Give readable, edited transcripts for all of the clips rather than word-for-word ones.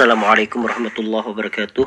Assalamualaikum warahmatullahi wabarakatuh.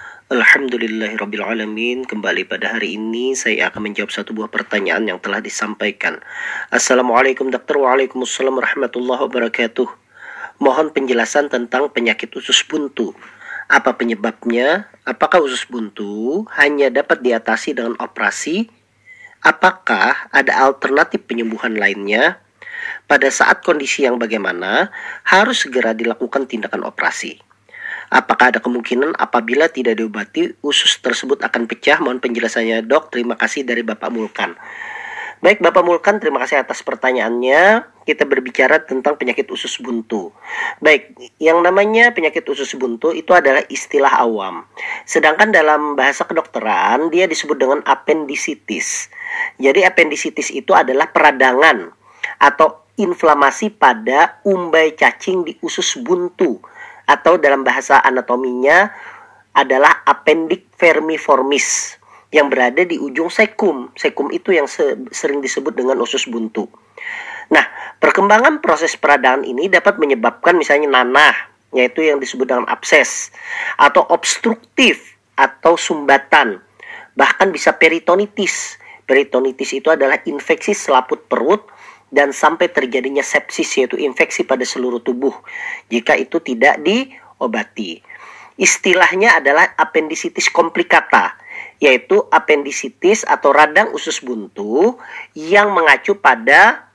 Alhamdulillahirrabbilalamin. Kembali pada hari ini saya akan menjawab satu buah pertanyaan yang telah disampaikan. Assalamualaikum dokter. Waalaikumsalam warahmatullahi wabarakatuh. Mohon penjelasan tentang penyakit usus buntu. Apa penyebabnya? Apakah usus buntu hanya dapat diatasi dengan operasi? Apakah ada alternatif penyembuhan lainnya? Pada saat kondisi yang bagaimana, harus segera dilakukan tindakan operasi. Apakah ada kemungkinan apabila tidak diobati, usus tersebut akan pecah? Mohon penjelasannya dok. Terima kasih dari Bapak Mulkan. Baik Bapak Mulkan, terima kasih atas pertanyaannya. Kita berbicara tentang penyakit usus buntu. Baik, yang namanya penyakit usus buntu itu adalah istilah awam. Sedangkan dalam bahasa kedokteran, dia disebut dengan appendicitis. Jadi appendicitis itu adalah peradangan atau inflamasi pada umbai cacing di usus buntu, atau dalam bahasa anatominya adalah appendix vermiformis yang berada di ujung sekum. Sekum itu yang sering disebut dengan usus buntu. Nah, perkembangan proses peradangan ini dapat menyebabkan misalnya nanah, yaitu yang disebut dengan abses, atau obstruktif atau sumbatan, bahkan bisa peritonitis. Peritonitis itu adalah infeksi selaput perut dan sampai terjadinya sepsis, yaitu infeksi pada seluruh tubuh jika itu tidak diobati. Istilahnya adalah appendicitis complicata, yaitu appendicitis atau radang usus buntu yang mengacu pada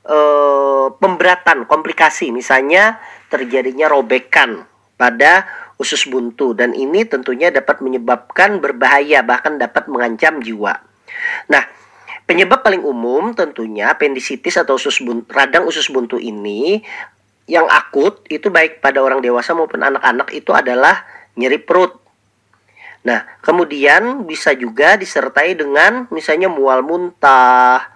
pemberatan, komplikasi, misalnya terjadinya robekan pada usus buntu, dan ini tentunya dapat menyebabkan berbahaya, bahkan dapat mengancam jiwa. Nah, penyebab paling umum tentunya appendicitis atau radang usus buntu ini yang akut itu baik pada orang dewasa maupun anak-anak itu adalah nyeri perut. Nah, kemudian bisa juga disertai dengan misalnya mual muntah,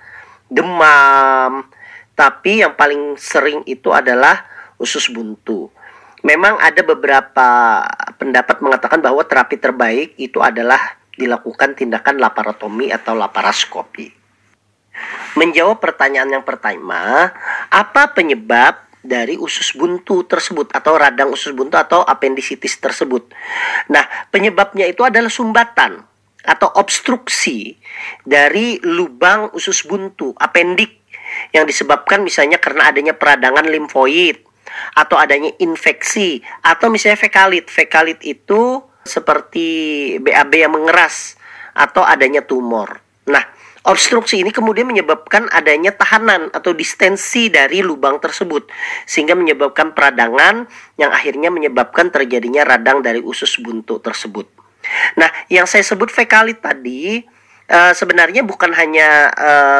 demam, tapi yang paling sering itu adalah usus buntu. Memang ada beberapa pendapat mengatakan bahwa terapi terbaik itu adalah dilakukan tindakan laparotomi atau laparaskopi. Menjawab pertanyaan yang pertama, apa penyebab dari usus buntu tersebut atau radang usus buntu atau appendicitis tersebut? Nah, penyebabnya itu adalah sumbatan atau obstruksi dari lubang usus buntu, appendix, yang disebabkan misalnya karena adanya peradangan limfoid atau adanya infeksi atau misalnya fekalit. Fekalit itu seperti BAB yang mengeras atau adanya tumor. Nah, obstruksi ini kemudian menyebabkan adanya tahanan atau distensi dari lubang tersebut, sehingga menyebabkan peradangan yang akhirnya menyebabkan terjadinya radang dari usus buntu tersebut. Nah, yang saya sebut fekalit tadi sebenarnya bukan hanya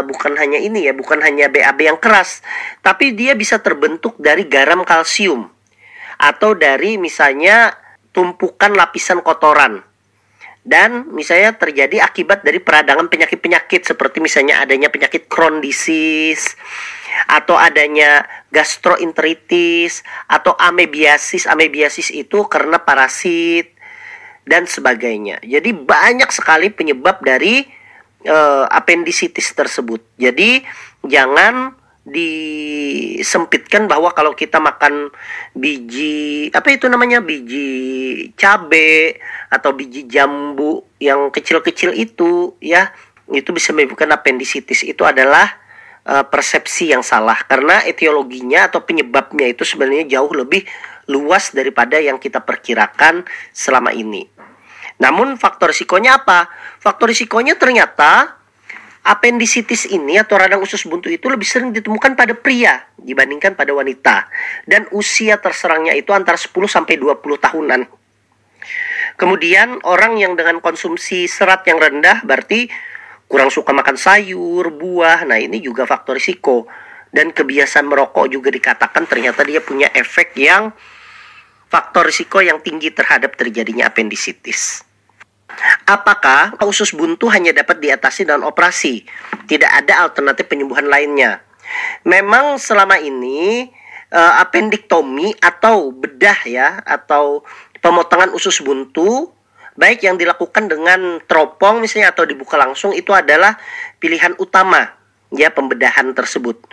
BAB yang keras, tapi dia bisa terbentuk dari garam kalsium atau dari misalnya tumpukan lapisan kotoran. Dan misalnya terjadi akibat dari peradangan penyakit-penyakit seperti misalnya adanya penyakit Crohn disease atau adanya gastroenteritis atau amebiasis. Amebiasis itu karena parasit dan sebagainya. Jadi banyak sekali penyebab dari appendicitis tersebut. Jadi jangan disempitkan bahwa kalau kita makan biji biji cabe atau biji jambu yang kecil-kecil itu ya, itu bisa menyebabkan appendicitis. Itu adalah persepsi yang salah, karena etiologinya atau penyebabnya itu sebenarnya jauh lebih luas daripada yang kita perkirakan selama ini. Namun faktor risikonya apa? Faktor risikonya ternyata appendicitis ini atau radang usus buntu itu lebih sering ditemukan pada pria dibandingkan pada wanita. Dan usia terserangnya itu antara 10 sampai 20 tahunan. Kemudian orang yang dengan konsumsi serat yang rendah berarti kurang suka makan sayur, buah. Nah, ini juga faktor risiko. Dan kebiasaan merokok juga dikatakan ternyata dia punya efek yang faktor risiko yang tinggi terhadap terjadinya appendicitis. Apakah usus buntu hanya dapat diatasi dengan operasi? Tidak ada alternatif penyembuhan lainnya. Memang selama ini appendiktomi atau bedah ya, atau pemotongan usus buntu, baik yang dilakukan dengan teropong misalnya atau dibuka langsung, itu adalah pilihan utama ya pembedahan tersebut.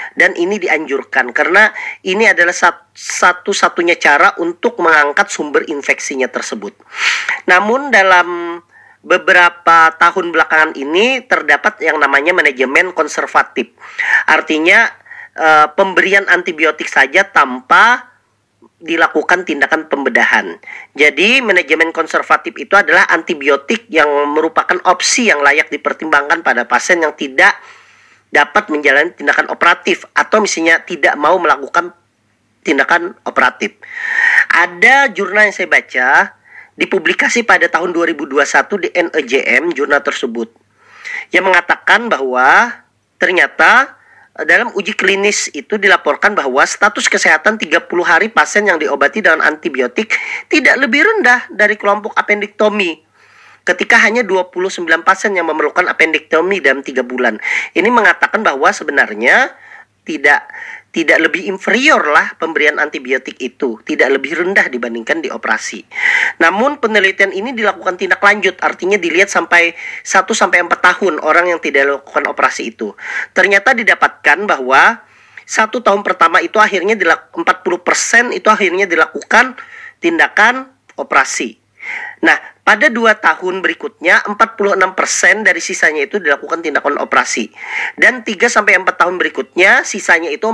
dan ini dianjurkan karena ini adalah satu-satunya cara untuk mengangkat sumber infeksinya tersebut. Namun dalam beberapa tahun belakangan ini terdapat yang namanya manajemen konservatif. Artinya pemberian antibiotik saja tanpa dilakukan tindakan pembedahan. Jadi manajemen konservatif itu adalah antibiotik yang merupakan opsi yang layak dipertimbangkan pada pasien yang tidak dapat menjalani tindakan operatif atau misalnya tidak mau melakukan tindakan operatif. Ada jurnal yang saya baca dipublikasi pada tahun 2021 di NEJM, jurnal tersebut, yang mengatakan bahwa ternyata dalam uji klinis itu dilaporkan bahwa status kesehatan 30 hari pasien yang diobati dengan antibiotik tidak lebih rendah dari kelompok apendektomi, ketika hanya 29 pasien yang memerlukan apendektomi dalam 3 bulan. Ini mengatakan bahwa sebenarnya tidak lebih inferior lah pemberian antibiotik itu, tidak lebih rendah dibandingkan di operasi. Namun penelitian ini dilakukan tindak lanjut, artinya dilihat sampai 1-4 tahun orang yang tidak lakukan operasi itu. Ternyata didapatkan bahwa 1 tahun pertama itu akhirnya 40% itu akhirnya dilakukan tindakan operasi. Nah, pada 2 tahun berikutnya 46% dari sisanya itu dilakukan tindakan operasi. Dan 3-4 tahun berikutnya sisanya itu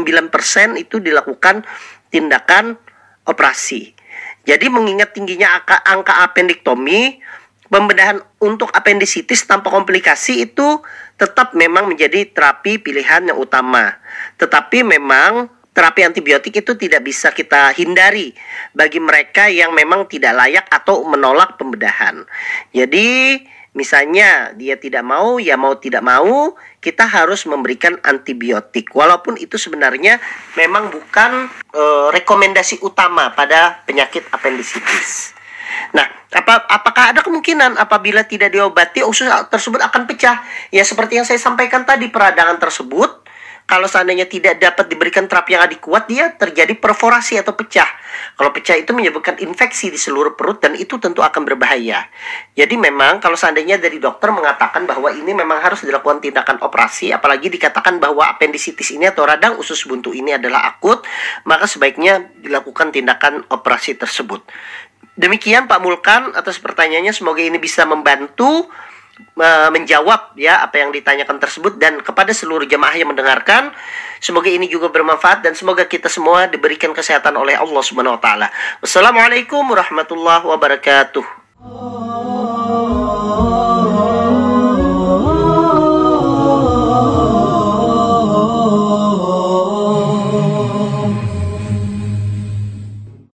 49% itu dilakukan tindakan operasi. Jadi mengingat tingginya angka apendektomi, pembedahan untuk apendisitis tanpa komplikasi itu tetap memang menjadi terapi pilihan yang utama. Tetapi memang terapi antibiotik itu tidak bisa kita hindari bagi mereka yang memang tidak layak atau menolak pembedahan. Jadi misalnya dia tidak mau, ya mau tidak mau, kita harus memberikan antibiotik. Walaupun itu sebenarnya memang bukan rekomendasi utama pada penyakit apendisitis. Nah, apakah ada kemungkinan apabila tidak diobati usus tersebut akan pecah? Ya seperti yang saya sampaikan tadi, peradangan tersebut kalau seandainya tidak dapat diberikan terapi yang adekuat, dia terjadi perforasi atau pecah. Kalau pecah itu menyebabkan infeksi di seluruh perut dan itu tentu akan berbahaya. Jadi memang kalau seandainya dari dokter mengatakan bahwa ini memang harus dilakukan tindakan operasi, apalagi dikatakan bahwa apendisitis ini atau radang usus buntu ini adalah akut, maka sebaiknya dilakukan tindakan operasi tersebut. Demikian Pak Mulkan atas pertanyaannya, semoga ini bisa membantu menjawab ya apa yang ditanyakan tersebut, dan kepada seluruh jemaah yang mendengarkan semoga ini juga bermanfaat dan semoga kita semua diberikan kesehatan oleh Allah Subhanahu wa taala. Wassalamualaikum warahmatullahi wabarakatuh.